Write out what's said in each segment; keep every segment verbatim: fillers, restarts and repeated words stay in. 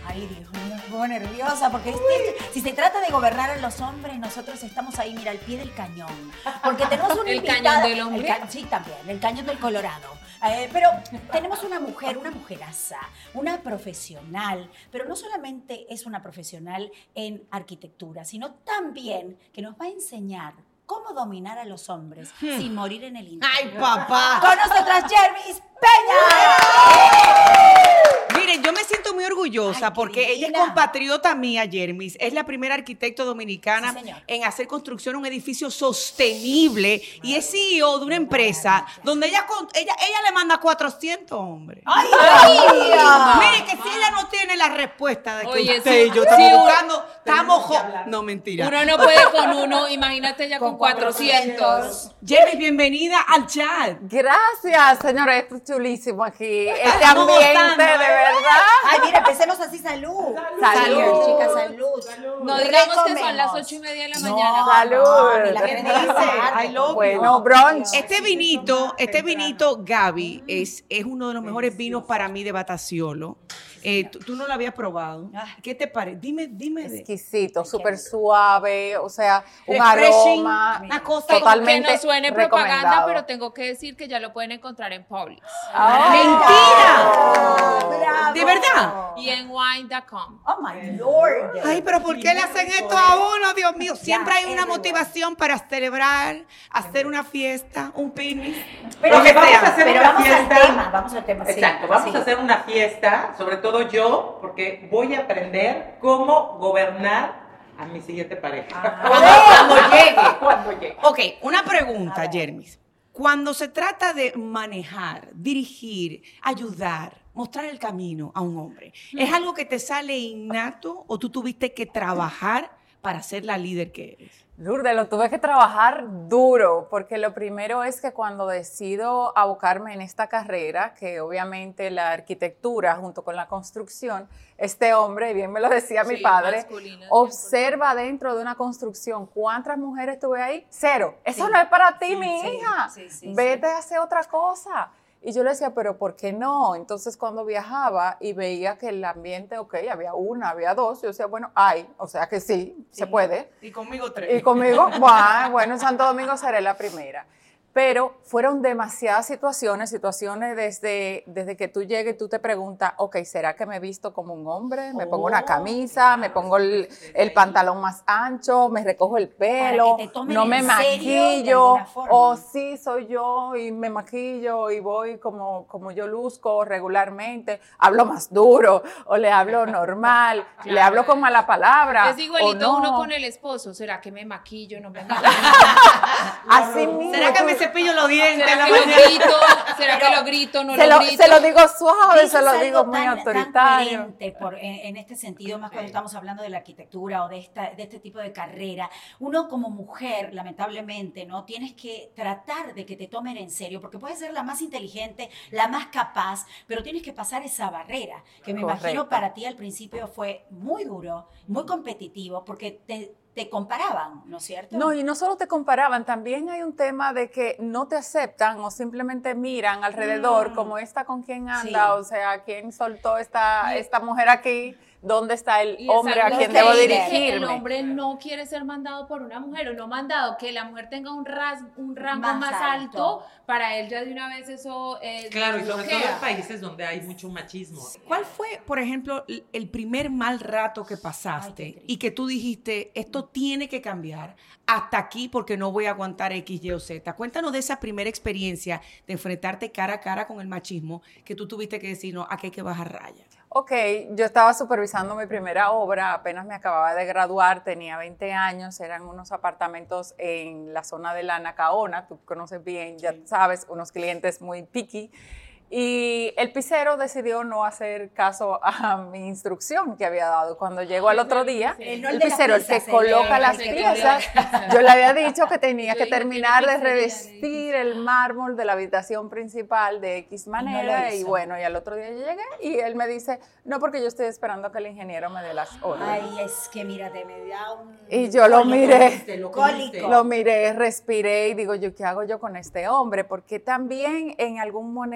Ay, Dios mío, me pongo nerviosa porque este, si se trata de gobernar a los hombres, nosotros estamos ahí, mira, al pie del cañón. Porque tenemos una ¿El invitada, cañón del hombre? el ca- sí, también, el cañón del Colorado. Eh, pero tenemos una mujer, una mujeraza, una profesional, pero no solamente es una profesional en arquitectura, sino también que nos va a enseñar cómo dominar a los hombres hmm. sin morir en el intento. ¡Ay, papá! Con nosotras, Jermis Peña. Miren, yo me siento muy orgullosa Ay, porque divina. ella es compatriota mía, Jermis. Es la primera arquitecto dominicana Sí, en hacer construcción de un edificio sostenible y es C E O de una empresa donde ella, ella, ella le manda cuatrocientos hombres. ¡Ay, ay, Miren que si ella no tiene la respuesta de que Oye, usted sí, y yo estamos sí, buscando, estamos... jo- No, mentira. Uno no puede con uno, imagínate ya con, con cuatrocientos. Jermis, bienvenida al chat. Gracias, señores, esto es chulísimo aquí. Este ambiente, de verdad. Ay, mira, empecemos así, salud. Salud. Salud, chicas, salud. salud. No digamos que son las ocho y media de la mañana. No, Salud. no, ni la gente dice. I love you. Bueno, brunch. Este vinito, este vinito Gaby es, es uno de los mejores vinos para mí de Bataciolo. Eh, tú, tú no lo habías probado. ¿Qué te parece? Dime, dime. De... Exquisito, súper suave, o sea, un Refreshing, aroma una cosa totalmente que no suene propaganda, recomendado. pero tengo que decir que ya lo pueden encontrar en Publix. Ah. ¡Mentira! Bravo. ¿De verdad? Y en wine punto com. Oh my Lord. Ay, pero ¿por qué le hacen esto a uno, Dios mío? Siempre hay una motivación para celebrar, hacer una fiesta, un picnic. Pero, Porque vamos sea, a hacer pero una vamos fiesta. al tema, vamos al tema. sí, Exacto, vamos sí. a hacer una fiesta, sobre todo yo, porque voy a aprender cómo gobernar a mi siguiente pareja. Cuando, cuando llegue. Cuando llegue. Ok, una pregunta, Jermis. Cuando se trata de manejar, dirigir, ayudar, mostrar el camino a un hombre, ¿es algo que te sale innato o tú tuviste que trabajar para ser la líder que eres? Lourdes, lo tuve que trabajar duro, porque lo primero es que cuando decido abocarme en esta carrera, que obviamente la arquitectura junto con la construcción, este hombre, bien me lo decía Sí, mi padre, masculina, observa dentro de una construcción, ¿cuántas mujeres tuve ahí? Cero. Eso Sí, no es para ti, sí, mi sí, hija. sí, sí, Vete a hacer otra cosa. Y yo le decía, pero ¿por qué no? Entonces, cuando viajaba y veía que el ambiente, ok, había una, había dos, yo decía, bueno, hay, o sea que sí, sí. se puede. Y conmigo tres. Y conmigo, bueno, bueno, en Santo Domingo seré la primera. Pero fueron demasiadas situaciones, situaciones desde, desde que tú llegues y tú te preguntas, ok, ¿será que me he visto como un hombre? Me pongo una camisa, me pongo el, el pantalón más ancho, me recojo el pelo, Para que te tomen no me en serio de maquillo, alguna forma. o sí soy yo y me maquillo y voy como, como yo luzco regularmente, hablo más duro o le hablo normal, Claro. le hablo con mala palabra. Es igualito o no. uno con el esposo. ¿Será que me maquillo? No me maquillo. Así mismo. ¿Será que tú- me cepillo los dientes? ¿Será la que lo mañana? grito? ¿Será que lo grito? No se lo lo, grito. se lo digo suave, Dices se lo algo digo muy tan- autoritario. tan coherente por- en, en este sentido, más Ok. cuando estamos hablando de la arquitectura o de, esta, de este tipo de carrera. Uno como mujer, lamentablemente, ¿no? Tienes que tratar de que te tomen en serio, porque puedes ser la más inteligente, la más capaz, pero tienes que pasar esa barrera, que me Correcto. imagino para ti al principio fue muy duro, muy competitivo, porque te, te comparaban, ¿no es cierto? No, y no solo te comparaban, también hay un tema de que no te aceptan o simplemente miran alrededor, Mm. como esta con quién anda, Sí. o sea, quién soltó esta, Y- esta mujer aquí, dónde está el Y es hombre a algo quien que debo dice que dirigirme. el hombre no quiere ser mandado por una mujer o no mandado, que la mujer tenga un, ras, un rango Más más, alto. alto. Para él ya de una vez eso eh, Claro, y sobre todo bloquea. en países donde hay mucho machismo. ¿Cuál fue, por ejemplo, l- el primer mal rato que Ay, pasaste qué triste. y que tú dijiste, esto tiene que cambiar hasta aquí porque no voy a aguantar X, Y o Z? Cuéntanos de esa primera experiencia de enfrentarte cara a cara con el machismo que tú tuviste que decir, no, aquí hay que bajar raya. Ok, yo estaba supervisando mi primera obra, apenas me acababa de graduar, tenía veinte años, eran unos apartamentos en la zona de la Nacaona, tú conoces bien, ya sabes, unos clientes muy picky. Y el pizzero decidió no hacer caso a mi instrucción que había dado. Cuando llegó al otro día, El, no el de las pizzero, el que pizzas, el- coloca el las que te piezas, piezas. yo le había dicho que tenía Yo que digo, terminar tiene de pizzería, le revestir el mármol de la habitación principal de X lo manera. Y hizo. bueno, y al otro día yo llegué y él me dice, no, porque yo estoy esperando a que el ingeniero me dé las órdenes. Ay, es que mírate, me da un... Y yo lo cólico. miré. Lo Cólico. Lo miré, respiré y digo, yo, ¿qué hago yo con este hombre? Porque también en algún, mone- en, en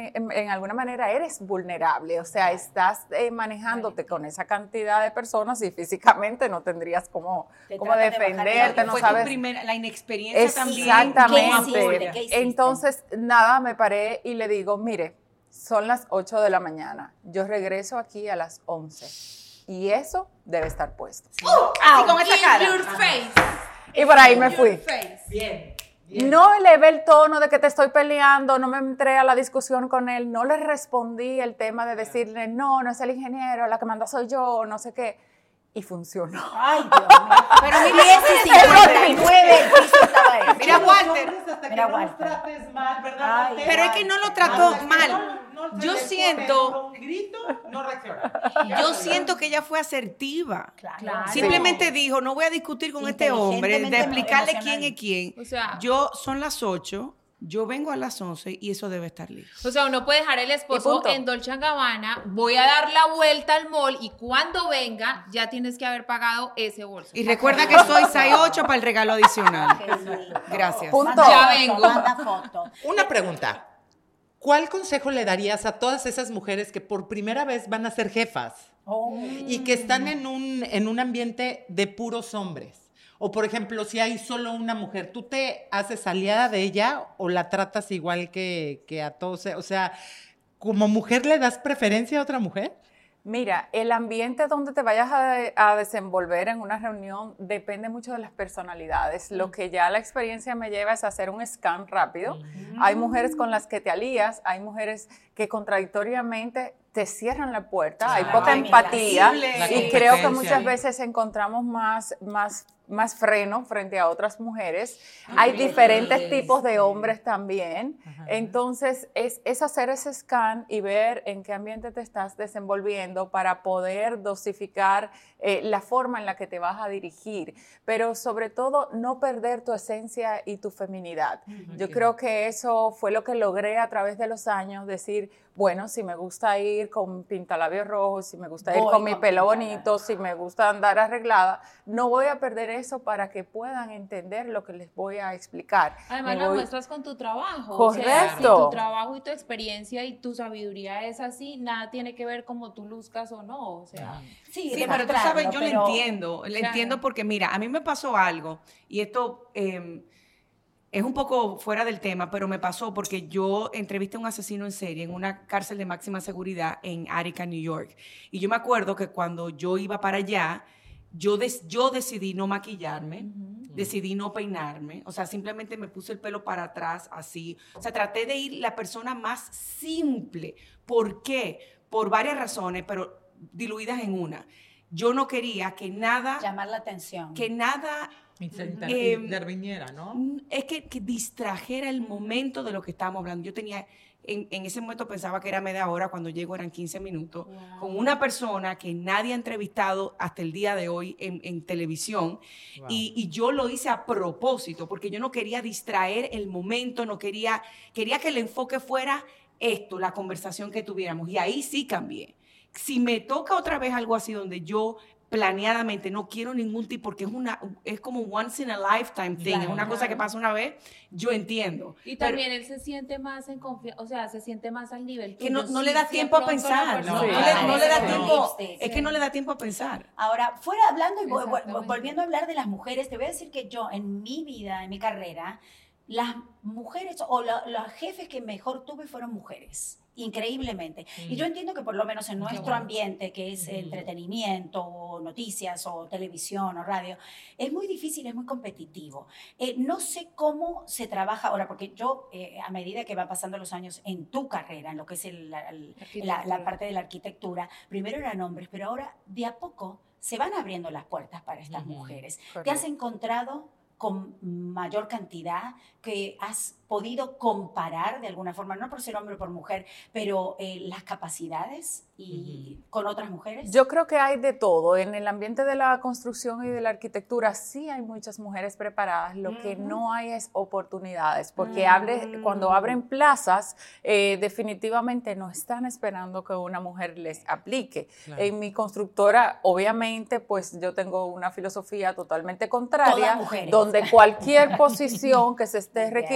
en alguna manera eres vulnerable, o sea, estás eh, manejándote con esa cantidad de personas y físicamente no tendrías cómo, cómo defenderte, de no fue sabes. Tu primera, la inexperiencia también. Exactamente. ¿Qué hiciste? ¿Qué hiciste? Entonces, nada, me paré y le digo, mire, son las ocho de la mañana, yo regreso aquí a las once y eso debe estar puesto. Sí. Uh, así con esa cara. Your face. Y por ahí me Your fui. face. Bien. Bien. No elevé el tono de que te estoy peleando, no me entré a la discusión con él, no le respondí el tema de decirle, no, no es el ingeniero, la que manda soy yo, no sé qué. Y funcionó. Ay, Dios mío. Pero mira, ese cincuenta y nueve, el piso estaba él. Mira, Walter. Hasta que Mira, no los Walter. trates mal, ¿verdad? Ay, Walter? Pero es que no lo trató Hasta que mal. no- no se Yo le siento- pone un grito, no reacciona. Yo siento que ella fue asertiva. Claro. Simplemente dijo, no voy a discutir con este hombre, de Inteligentemente explicarle emocional. quién es quién. O sea- yo son las ocho, yo vengo a las once y eso debe estar listo. O sea, uno puede dejar el Y esposo punto. en Dolce and Gabbana, voy a dar la vuelta al mall y cuando venga ya tienes que haber pagado ese bolso. Y recuerda que soy seis ocho para el regalo adicional. Qué lindo. Gracias. Punto. Manda Ya foto, vengo. Manda foto. Una pregunta. ¿Cuál consejo le darías a todas esas mujeres que por primera vez van a ser jefas Oh. y que están en un, en un ambiente de puros hombres? O, por ejemplo, si hay solo una mujer, ¿tú te haces aliada de ella o la tratas igual que, que a todos? O sea, ¿como mujer le das preferencia a otra mujer? Mira, el ambiente donde te vayas a, a desenvolver en una reunión depende mucho de las personalidades. Lo que ya la experiencia me lleva es a hacer un scan rápido. Hay mujeres con las que te alías, hay mujeres que contradictoriamente te cierran la puerta, hay Claro. poca Ay, empatía la y creo que competencia. muchas veces encontramos más, más, más freno frente a otras mujeres. Hay diferentes tipos de hombres también. Entonces, es, es hacer ese scan y ver en qué ambiente te estás desenvolviendo para poder dosificar eh, la forma en la que te vas a dirigir, pero sobre todo no perder tu esencia y tu feminidad. Yo creo que eso fue lo que logré a través de los años, decir, bueno, si me gusta ir con pintalabios rojos, si me gusta ir Voy con mi con pelo pintalabios. bonito, si me gusta andar arreglada, no voy a perder eso para que puedan entender lo que les voy a explicar. Además Me lo voy- muestras con tu trabajo. O sea, si Correcto. tu trabajo y tu experiencia y tu sabiduría es así, nada tiene que ver como tú luzcas o no. O sea, Sí, Sí, pero tú sabes, yo demostrarlo, lo pero- entiendo, lo Claro. entiendo porque mira, a mí me pasó algo y esto eh, es un poco fuera del tema, pero me pasó porque yo entrevisté a un asesino en serie en una cárcel de máxima seguridad en Attica, New York. Y yo me acuerdo que cuando yo iba para allá, yo, des- yo decidí no maquillarme, decidí no peinarme, o sea, simplemente me puse el pelo para atrás así. O sea, traté de ir la persona más simple. ¿Por qué? Por varias razones, pero diluidas en una. Yo no quería que nada, Llamar la atención. que nada Y se inter- Eh, interviniera, ¿no? es que, que distrajera el momento de lo que estábamos hablando. Yo tenía, en, en ese momento pensaba que era media hora, cuando llego eran quince minutos, con una persona que nadie ha entrevistado hasta el día de hoy en, en televisión. Wow. Y, y yo lo hice a propósito, porque yo no quería distraer el momento, no quería, quería que el enfoque fuera esto, la conversación que tuviéramos. Y ahí sí cambié. Si me toca otra vez algo así donde yo planeadamente no quiero ningún tipo, porque es una es como once in a lifetime thing, Claro. es una cosa que pasa una vez, yo entiendo. y Pero también él se siente más en confianza, o sea, se siente más al nivel que tuyo. no, no Sí, le da sí, tiempo a de pronto la pensar, persona- no, Sí. no le, no le da Sí. tiempo, Sí. es que no le da tiempo a pensar. Ahora, fuera hablando y vo- vo- Exactamente. volviendo a hablar de las mujeres, te voy a decir que yo en mi vida, en mi carrera, las mujeres o la- los jefes que mejor tuve fueron mujeres, increíblemente. Y yo entiendo que por lo menos en nuestro bueno. ambiente, que es entretenimiento, o noticias, o televisión, o radio, es muy difícil, es muy competitivo. Eh, no sé cómo se trabaja ahora, porque yo, eh, a medida que van pasando los años en tu carrera, en lo que es el- la- el- la, la parte de la arquitectura, primero eran hombres, pero ahora de a poco se van abriendo las puertas para estas Ujú. mujeres. ¿Te Correcto. has encontrado con mayor cantidad que has podido comparar de alguna forma, no por ser hombre o por mujer, pero eh, las capacidades y con otras mujeres? Yo creo que hay de todo. En el ambiente de la construcción y de la arquitectura sí hay muchas mujeres preparadas. Lo que Ujú. no hay es oportunidades, porque Mm. abre- cuando abren plazas, eh, definitivamente no están esperando que una mujer les aplique. Claro. En mi constructora, obviamente, pues yo tengo una filosofía totalmente contraria, Todas mujeres. donde cualquier posición que se esté Yes. requiriendo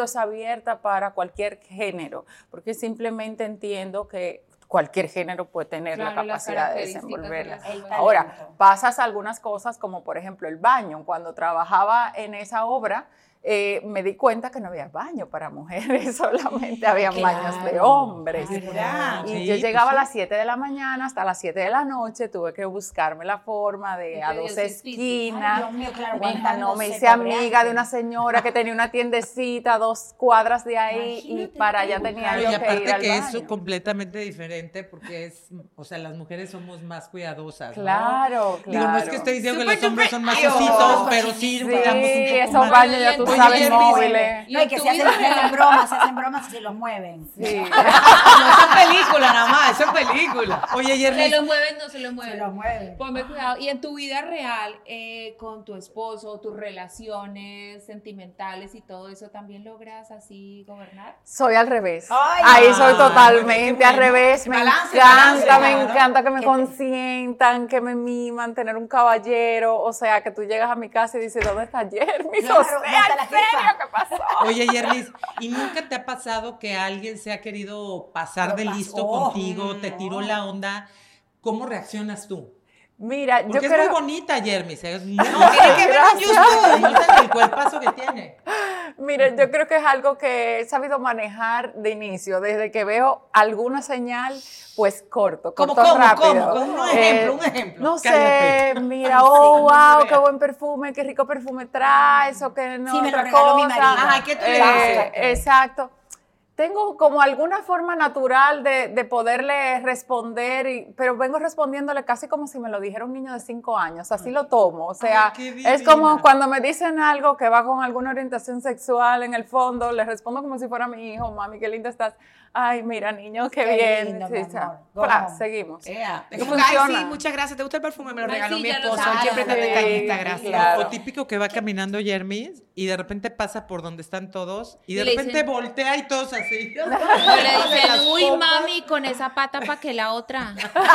es abierta para cualquier género, porque simplemente entiendo que cualquier género puede tener Claro, la las capacidad de características desenvolverla. de las El Ahora, talento. pasas algunas cosas como por ejemplo el baño. Cuando trabajaba en esa obra, eh, me di cuenta que no había baño para mujeres, solamente había Claro. baños de hombres. ¿Verdad? Y Sí, yo pues llegaba sí. a las siete de la mañana hasta las siete de la noche, tuve que buscarme la forma de Y a te dio dos cistitis. esquinas. Ay, Dios mío, claro, Mi hija no, me aguantándose, hice amiga de cobreante. una señora que tenía una tiendecita a dos cuadras de ahí y Imagínate para qué allá tenía mujer. yo Y que aparte ir al que baño. es completamente diferente porque es, o sea, las mujeres somos más cuidadosas, ¿no? Claro, claro. Digo, no es que estoy diciendo que Súper, los hombres son más súper sucitos, tío. pero sí Sí, cuidamos un poco esos más. baños ya tú Oye, sabes, Jermis, móviles. No, y que en se tu vida hacen, se hacen real- bromas, se hacen bromas y se los mueven. Sí. No, eso es película nada más, eso es película. Oye, Se Jermis, lo mueven, no se lo Se mueven. los mueven. Ponme cuidado. Y en tu vida real, eh, con tu esposo, tus relaciones sentimentales y todo eso, ¿también logras así gobernar? Soy al revés. Ay, Ahí no. soy Ay, totalmente qué al bueno. revés. Me Balance, encanta, balance, me claro. encanta que me Que te- consientan, que me miman, tener un caballero. O sea, que tú llegas a mi casa y dices, ¿dónde está Jeremy? Claro, O sea, ¿dónde está ¿en la serio jefa? qué pasó? oye, Jermis, ¿y nunca te ha pasado que alguien se ha querido pasar Pero de pasó. listo contigo, te No. tiró la onda? ¿Cómo reaccionas tú? Mira, yo Porque es creo... muy bonita, Jermis, es muy No, tiene que ver con Se nota el cuerpazo que tiene. Mira, yo creo que es algo que he sabido manejar de inicio. Desde que veo alguna señal, pues corto, ¿Cómo, corto cómo, rápido. cómo? Un Eh, ejemplo, un ejemplo. No Cállate. sé, mira, Ay, sí, oh, no wow, me qué veas. buen perfume, qué rico perfume traes, o que no, Sí, me lo otra regaló mi cosa. marido. Ajá, ¿qué tú le dices? Exacto. Tengo como alguna forma natural de, de poderle responder, y- pero vengo respondiéndole casi como si me lo dijera un niño de cinco años, así lo tomo. O sea, Ay, qué es como divina. cuando me dicen algo que va con alguna orientación sexual en el fondo, le respondo como si fuera mi hijo, mami, qué linda estás. Ay, mira, niño, qué, Qué bien. lindo, Sí, mi o sea, amor. Go pra, home. seguimos. Ea, es Y como que, ay, funciona. sí, muchas gracias. ¿Te gusta el perfume? Me lo Ay, regaló sí, mi ya lo esposo. sabes. Él siempre está Sí, detallista, gracias. claro. O típico que va caminando Jermis y de repente pasa por donde están todos y de Y le repente dicen- voltea y todos así. O le dicen, uy, mami, con esa pata para que la otra.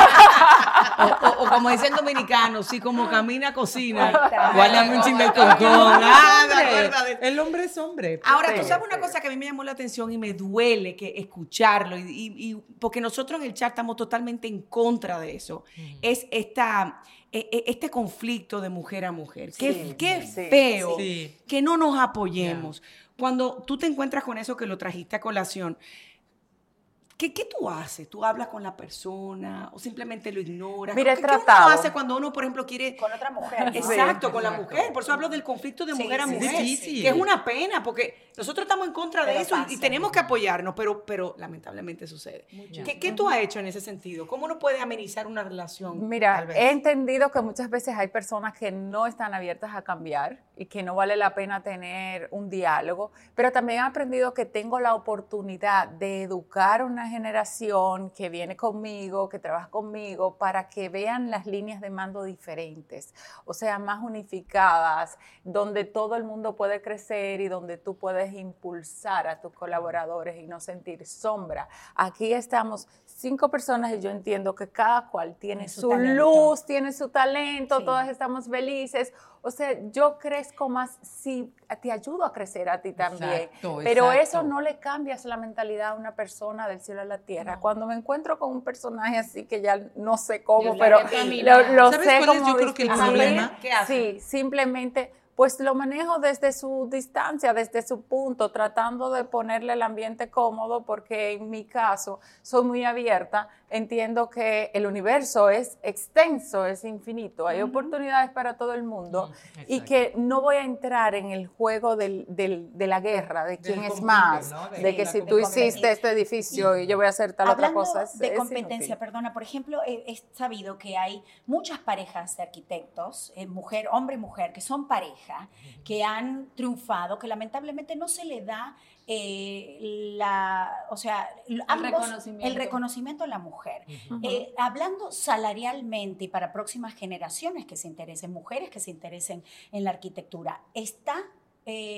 O, o- o como dicen dominicanos, sí, como camina, cocina. está. Guárdame un chin del Como- concón. Ah, me Hombre, acuerdo de- el hombre es hombre. Ahora, Sí, tú sabes una sí. cosa que a mí me llamó la atención y me duele que escucharlo, y, y- y- porque nosotros en el chat estamos totalmente en contra de eso, es esta, e- e- este conflicto de mujer a mujer. Qué, Sí, qué sí, feo sí. que no nos apoyemos. Cuando tú te encuentras con eso que lo trajiste a colación, ¿Qué, ¿Qué tú haces? ¿Tú hablas con la persona o simplemente lo ignoras? Mira, he ¿Qué, qué uno tratado. hace cuando uno, por ejemplo, quiere... Con otra mujer. ¿no? Exacto, con la exacto. mujer. Por eso hablo del conflicto de Sí, mujer a sí, mujer. es difícil. Que es una pena, porque nosotros estamos en contra de Pero eso y- y pasa. tenemos que apoyarnos, pero, pero lamentablemente sucede. ¿Qué, ¿Qué tú has hecho en ese sentido? ¿Cómo uno puede amenizar una relación? Mira, tal vez? he entendido que muchas veces hay personas que no están abiertas a cambiar y que no vale la pena tener un diálogo, pero también he aprendido que tengo la oportunidad de educar a una generación que viene conmigo, que trabaja conmigo, para que vean las líneas de mando diferentes, o sea, más unificadas, donde todo el mundo puede crecer y donde tú puedes impulsar a tus colaboradores y no sentir sombra. Aquí estamos cinco personas y yo entiendo que cada cual tiene Tiene su su, talento. luz, tiene su talento, Sí. todas estamos felices. O sea, yo crezco más si te ayudo a crecer a ti también. Exacto, Pero exacto. eso no le cambias la mentalidad a una persona del cielo a la tierra. Cuando me encuentro con un personaje así que ya no sé cómo, Dios, pero la familia. lo, lo ¿Sabes sé cuál es? cómo Yo creo que el distinguir. problema- ¿Qué hace? Sí, simplemente pues lo manejo desde su distancia, desde su punto, tratando de ponerle el ambiente cómodo, porque en mi caso soy muy abierta, entiendo que el universo es extenso, es infinito, hay oportunidades para todo el mundo Mm, y exacto. que no voy a entrar en el juego del, del- de la guerra, de quién es compite, más, ¿no? De- de, de que la si tú competencia. hiciste este edificio y yo voy a hacer tal Hablando otra cosa. Es, de es competencia, inútil. perdona, por ejemplo, he, he sabido que hay muchas parejas de arquitectos, eh, mujer, hombre y mujer, que son pareja, que han triunfado, que lamentablemente no se le da eh, la, o sea, ambos- reconocimiento. el reconocimiento a la mujer. Eh, hablando salarialmente y para próximas generaciones que se interesen, mujeres que se interesen en la arquitectura, está... eh,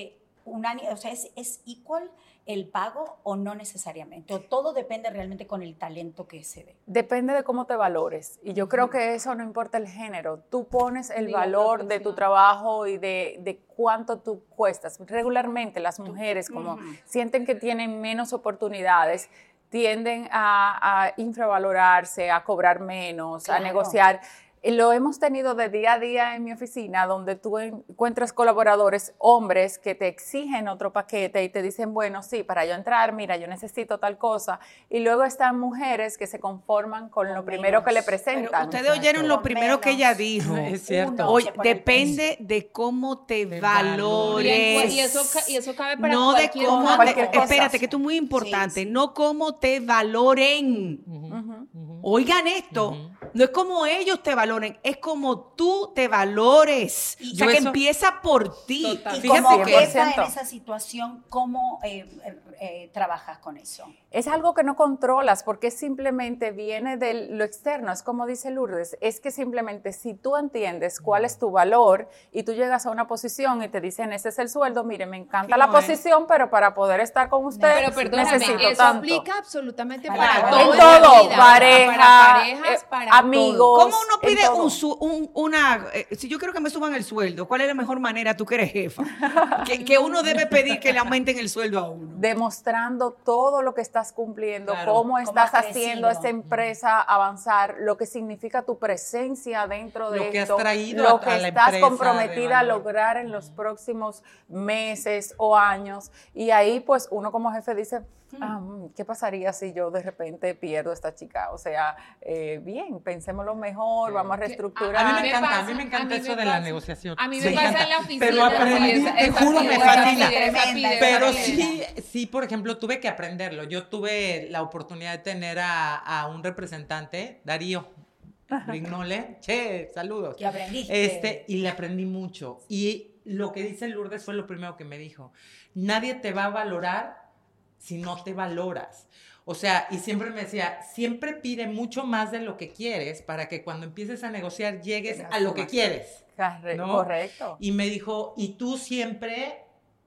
unánime, o sea, ¿es, es equal el pago o no necesariamente? ¿O todo depende realmente con el talento que se dé? Depende de cómo te valores. Y yo creo que eso no importa el género. Tú pones el Ni la valor de tu profesión. trabajo y de, de cuánto tú cuestas. Regularmente las mujeres, como Ujú. sienten que tienen menos oportunidades, tienden a, a infravalorarse, a cobrar menos, Claro. a negociar. Lo hemos tenido de día a día en mi oficina, donde tú encuentras colaboradores, hombres, que te exigen otro paquete y te dicen, bueno, sí, para yo entrar, mira, yo necesito tal cosa. Y luego están mujeres que se conforman con Con lo primero menos. que le Pero presentan. ustedes oyeron lo Con primero que menos. ella dijo. Es cierto. Uno. Oye, se pone el depende de cómo te Te Y, valores. en- y eso, ca- y eso cabe para No de cualquier cómo campo. te, Cualquier cosa. espérate, que esto es muy importante, Sí, sí. no cómo te valoren. Ujú, Ujú. ujú. Oigan esto, Ujú. no es como ellos te valoren, es como tú te valores. Y o sea, yo que eso- empieza por ti. Total. Y Fíjate como que- jefa en cien por ciento. esa situación, ¿cómo eh, eh, eh, trabajas con eso? Es algo que no controlas porque simplemente viene de lo externo, es como dice Lourdes, es que simplemente si tú entiendes cuál es tu valor y tú llegas a una posición y te dicen, ese es el sueldo, mire, me encanta Aquí la no es. posición, pero para poder estar con usted Pero perdóname, necesito eso tanto. aplica absolutamente Para para, todo. todo. En en la todo, vida, pareja, para parejas, eh, para amigos. todo. ¿Cómo uno en pide todo. un, su- un- una, eh, si yo quiero que me suban el sueldo, ¿cuál es la mejor manera, tú que eres jefa? que, que uno debe pedir que le aumenten el sueldo a uno. Demostrando todo lo que estás cumpliendo, Claro. cómo estás has haciendo crecido. esa empresa avanzar, lo que significa tu presencia dentro de Lo que has esto, traído lo a- que a la estás empresa comprometida a de valor. lograr en los próximos meses o años. Y ahí pues uno como jefe dice, ah, mm, ¿qué pasaría si yo de repente pierdo a esta chica? O sea, eh, bien, pensémoslo mejor, Sí. vamos a Que- reestructurar. A mí me me encanta, pasa- a mí me encanta a mí eso me de la pasa- negociación. a mí me Me pasa encanta. en la oficina, Pero aprendí, esa- te esa juro, me pide, fascina. esa pide, esa Tremenda, pide, Pero esa pide. sí, sí, por ejemplo, tuve que aprenderlo. Yo tuve la oportunidad de tener a, a un representante, Darío Brignole. Che, saludos. ¿Qué aprendiste? Este, y le aprendí mucho. Y lo que dice Lourdes fue lo primero que me dijo. Nadie te va a valorar si no te valoras. O sea, y siempre me decía, siempre pide mucho más de lo que quieres para que cuando empieces a negociar llegues a lo que quieres. Corre- ¿no? Correcto. Y me dijo, y tú siempre,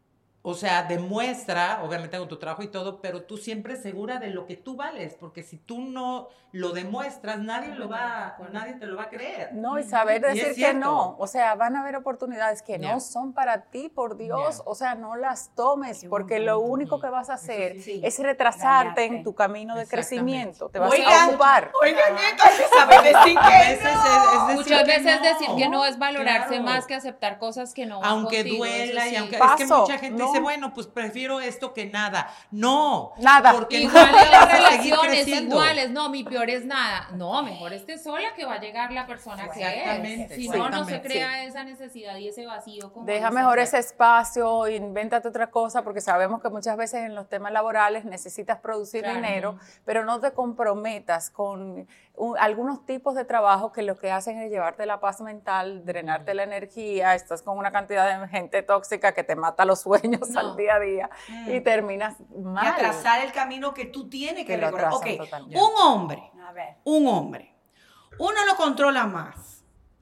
o sea, demuestra, obviamente con tu trabajo y todo, pero tú siempre segura de lo que tú vales, porque si tú no lo demuestras, nadie lo va, nadie te lo va a creer. No, y saber Y es decir que cierto. no. O sea, van a haber oportunidades que Ya. no son para ti, por Dios. Ya. O sea, no las tomes, Qué porque buen lo punto. único que vas a hacer sí. es retrasarte Dañarte. en tu camino de Exactamente. crecimiento. Te vas Oigan, a ocupar. Oigan, esto hay que saber decir A que veces no. es, es decir Muchas que veces no. decir que no es valorarse Claro. más que aceptar cosas que no van Aunque contigo, duela eso y sí. aunque es que Paso, mucha gente no. dice, bueno, pues prefiero esto que nada. No. Nada. Porque Igual nunca en las vas a seguir relaciones, creciendo. iguales, no, mi peor es nada. No, mejor esté sola que va a llegar la persona que Exactamente, es. Si no, no se exactamente. crea esa necesidad y ese vacío. Como Deja dice mejor Fer. ese espacio, invéntate otra cosa, porque sabemos que muchas veces en los temas laborales necesitas producir Claro. dinero, pero no te comprometas con un- algunos tipos de trabajo que lo que hacen es llevarte la paz mental, drenarte la energía, estás con una cantidad de gente tóxica que te mata los sueños No. al día a día y terminas Y mal. atrasar el camino que tú tienes que, Que lo recorrer. atrasan Ok, totalmente. un hombre, A ver, un hombre, uno lo controla más.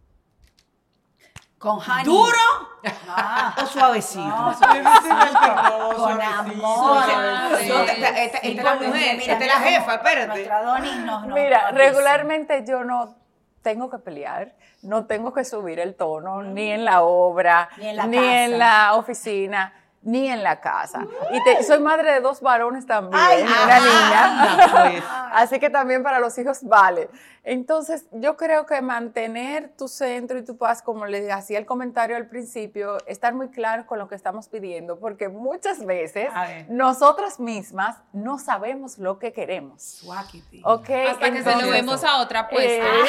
con honey. ¿Duro Ah, o suavecito? No, Con con amor. suavecito. No, esta, esta- esta es la mujer, esta es la jefa, espérate. Nuestra Donis nos, nos Mira, nos dice. regularmente yo no tengo que pelear, no tengo que subir el tono, ni en la obra, Ni en la ni casa. en la oficina, ni en la casa. Y te- soy madre de dos varones también, Ay, y una ajá. niña. Anda, pues. Así que también para los hijos vale. Entonces, yo creo que mantener tu centro y tu paz, como les hacía el comentario al principio, estar muy claros con lo que estamos pidiendo, porque muchas veces A ver. nosotras mismas no sabemos lo que queremos. Suáquete. ¿Ok? Hasta que se lo Entonces, vemos a otra puesta. eh,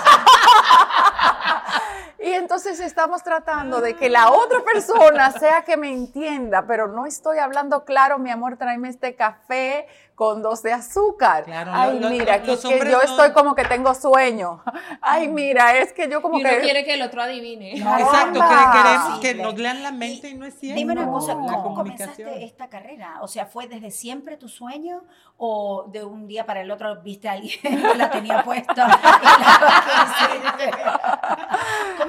y entonces estamos tratando de que la otra persona sea que me entienda, pero no estoy hablando claro, mi amor, tráeme este café con dos de azúcar. Claro, Ay, lo- lo- mira, lo- que, los que hombres yo no- estoy como que tengo sueño. Ay, mira, es que yo como Y uno que... quiere que el otro adivine. No, Exacto, Anda. que queremos que Posible. nos lean la mente y, no es cierto. Dime una cosa, la ¿cómo comunicación. comenzaste esta carrera? O sea, ¿fue desde siempre tu sueño o de un día para el otro viste a alguien que la tenía puesta? y la quisiste? ¿Cómo fue?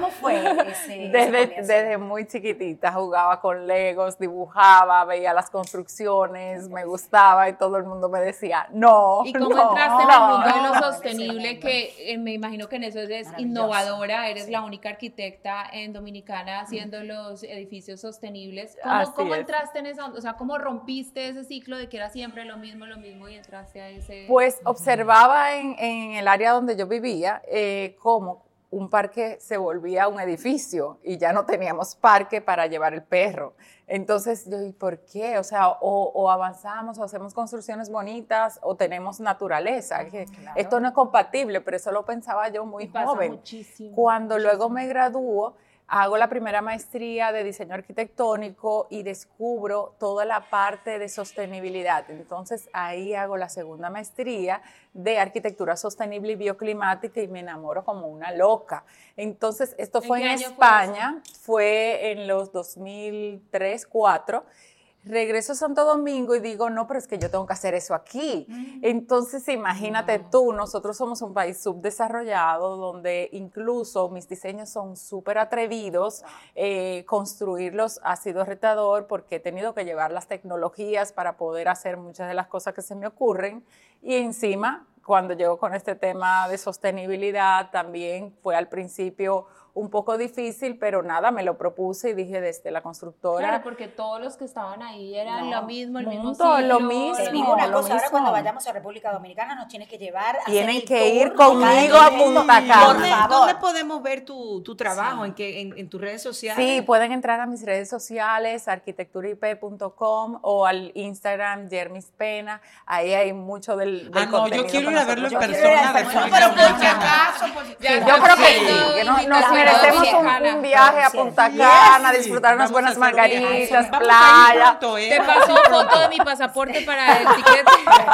ese, ese Desde, comienzo? desde muy chiquitita jugaba con Legos, dibujaba, veía las construcciones, me gustaba y todo el mundo me decía, no, ¿Y cómo no, entraste en no, el mundo de no. lo no, sostenible? ese Que eh, me imagino que en eso eres Maravilloso. innovadora, eres Sí. la única arquitecta en Dominicana haciendo los edificios sostenibles. Así ¿Cómo, cómo es. entraste en eso? O sea, ¿cómo rompiste ese ciclo de que era siempre lo mismo, lo mismo y entraste a ese? Pues observaba en, en el área donde yo vivía eh, cómo un parque se volvía un edificio y ya no teníamos parque para llevar el perro. Entonces yo, ¿y por qué? O sea, o, o avanzamos o hacemos construcciones bonitas o tenemos naturaleza. Que Claro. Esto no es compatible, pero eso lo pensaba yo muy Y pasa joven. muchísimo, Cuando muchísimo. luego me gradúo, hago la primera maestría de diseño arquitectónico y descubro toda la parte de sostenibilidad. Entonces ahí hago la segunda maestría de arquitectura sostenible y bioclimática y me enamoro como una loca. Entonces esto ¿En fue qué en año fue España, fue en los dos mil tres, dos mil cuatro. Regreso a Santo Domingo y digo, no, pero es que yo tengo que hacer eso aquí. Entonces, imagínate tú, nosotros somos un país subdesarrollado donde incluso mis diseños son súper atrevidos. Eh, construirlos ha sido retador porque he tenido que llevar las tecnologías para poder hacer muchas de las cosas que se me ocurren. Y encima, cuando llego con este tema de sostenibilidad, también fue al principio un poco difícil, pero nada, me lo propuse y dije desde la constructora. Claro, porque todos los que estaban ahí eran No, lo mismo, el mismo punto, ciclo. lo mismo. Te el digo una lo cosa, ahora mismo. cuando vayamos a República Dominicana nos tienes que llevar a Tienen hacer el que ir tour conmigo de a cada Punta evento. Cana. Por ¿Dónde, favor. dónde podemos ver tu, tu trabajo? Sí. ¿En, qué, en, en tus redes sociales? Sí, pueden entrar a mis redes sociales, arquitectura i p punto com o al Instagram Jermis Pena. Ahí hay mucho del, del Ah, no, yo contenido quiero que ir a verlo en nosotros- Yo quiero ir a persona. persona, después. No, pero por si Ajá. acaso, por si- Ya Yo creo que sí, Sí, que no- nos invitación merecemos un, dominicana. un viaje a Sí. Punta Yes. Cana, disfrutar unas Vamos buenas a hacer- margaritas, Vamos a ir playa. pronto, ¿eh? Te Vamos a ir paso pronto. foto de mi pasaporte para el tiquete.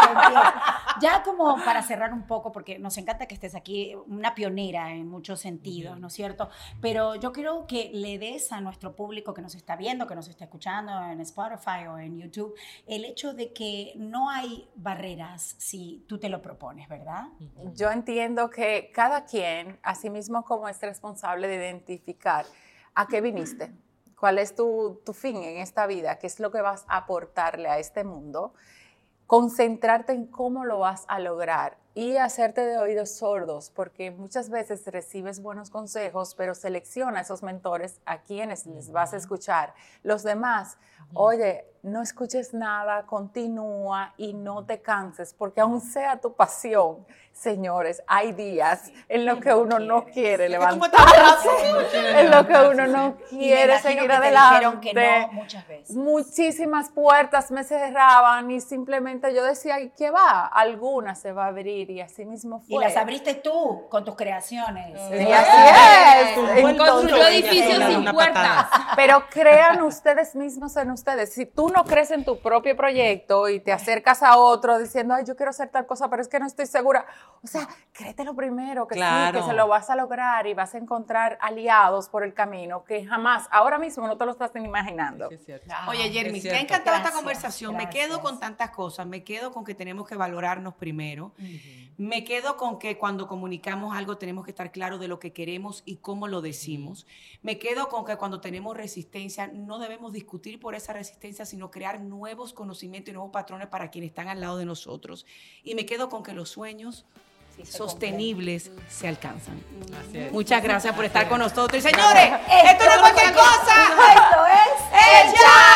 Ya como para cerrar un poco, porque nos encanta que estés aquí, una pionera en muchos sentidos, ¿no es cierto? Pero yo quiero que le des a nuestro público que nos está viendo, que nos está escuchando en Spotify o en YouTube, el hecho de que no hay barreras si tú te lo propones, ¿verdad? Yo entiendo que cada quien, así mismo como es responsable de identificar a qué viniste, cuál es tu, tu fin en esta vida, qué es lo que vas a aportarle a este mundo, concentrarte en cómo lo vas a lograr y hacerte de oídos sordos, porque muchas veces recibes buenos consejos, pero selecciona esos mentores a quienes les vas a escuchar. Los demás, oye, no escuches nada, continúa y no te canses, porque aun sea tu pasión, señores, hay días en los que uno no quiere Es que tú me levantarse, estás- en los que uno no Y me quiere imagino seguir que te adelante. dijeron que no muchas veces. Muchísimas puertas me cerraban y simplemente yo decía, ¿y qué va? Alguna se va a abrir y así mismo fue. Y las abriste tú con tus creaciones. Y así es. Tumbó el Construyó mundo, edificios ella sola de sin una puertas. patada. Pero crean ustedes mismos en ustedes. Si tú no crees en tu propio proyecto y te acercas a otro diciendo, ay, yo quiero hacer tal cosa, pero es que no estoy segura. O sea, créetelo primero, que Claro. sí, que se lo vas a lograr y vas a encontrar aliados por el camino que jamás, ahora mismo no te lo estás ni imaginando. Sí, es cierto. Oye, Jermis, es me ha cierto. encantado Gracias, esta conversación. Me quedo gracias. con tantas cosas. Me quedo con que tenemos que valorarnos primero. Me quedo con que cuando comunicamos algo tenemos que estar claros de lo que queremos y cómo lo decimos. Me quedo con que cuando tenemos resistencia no debemos discutir por esa resistencia, sino crear nuevos conocimientos y nuevos patrones para quienes están al lado de nosotros. Y me quedo con que los sueños Sí, se sostenibles se alcanzan. Así es. Muchas gracias por estar con nosotros. Y señores, esto no es cualquier cosa. Esto es ¡El ya!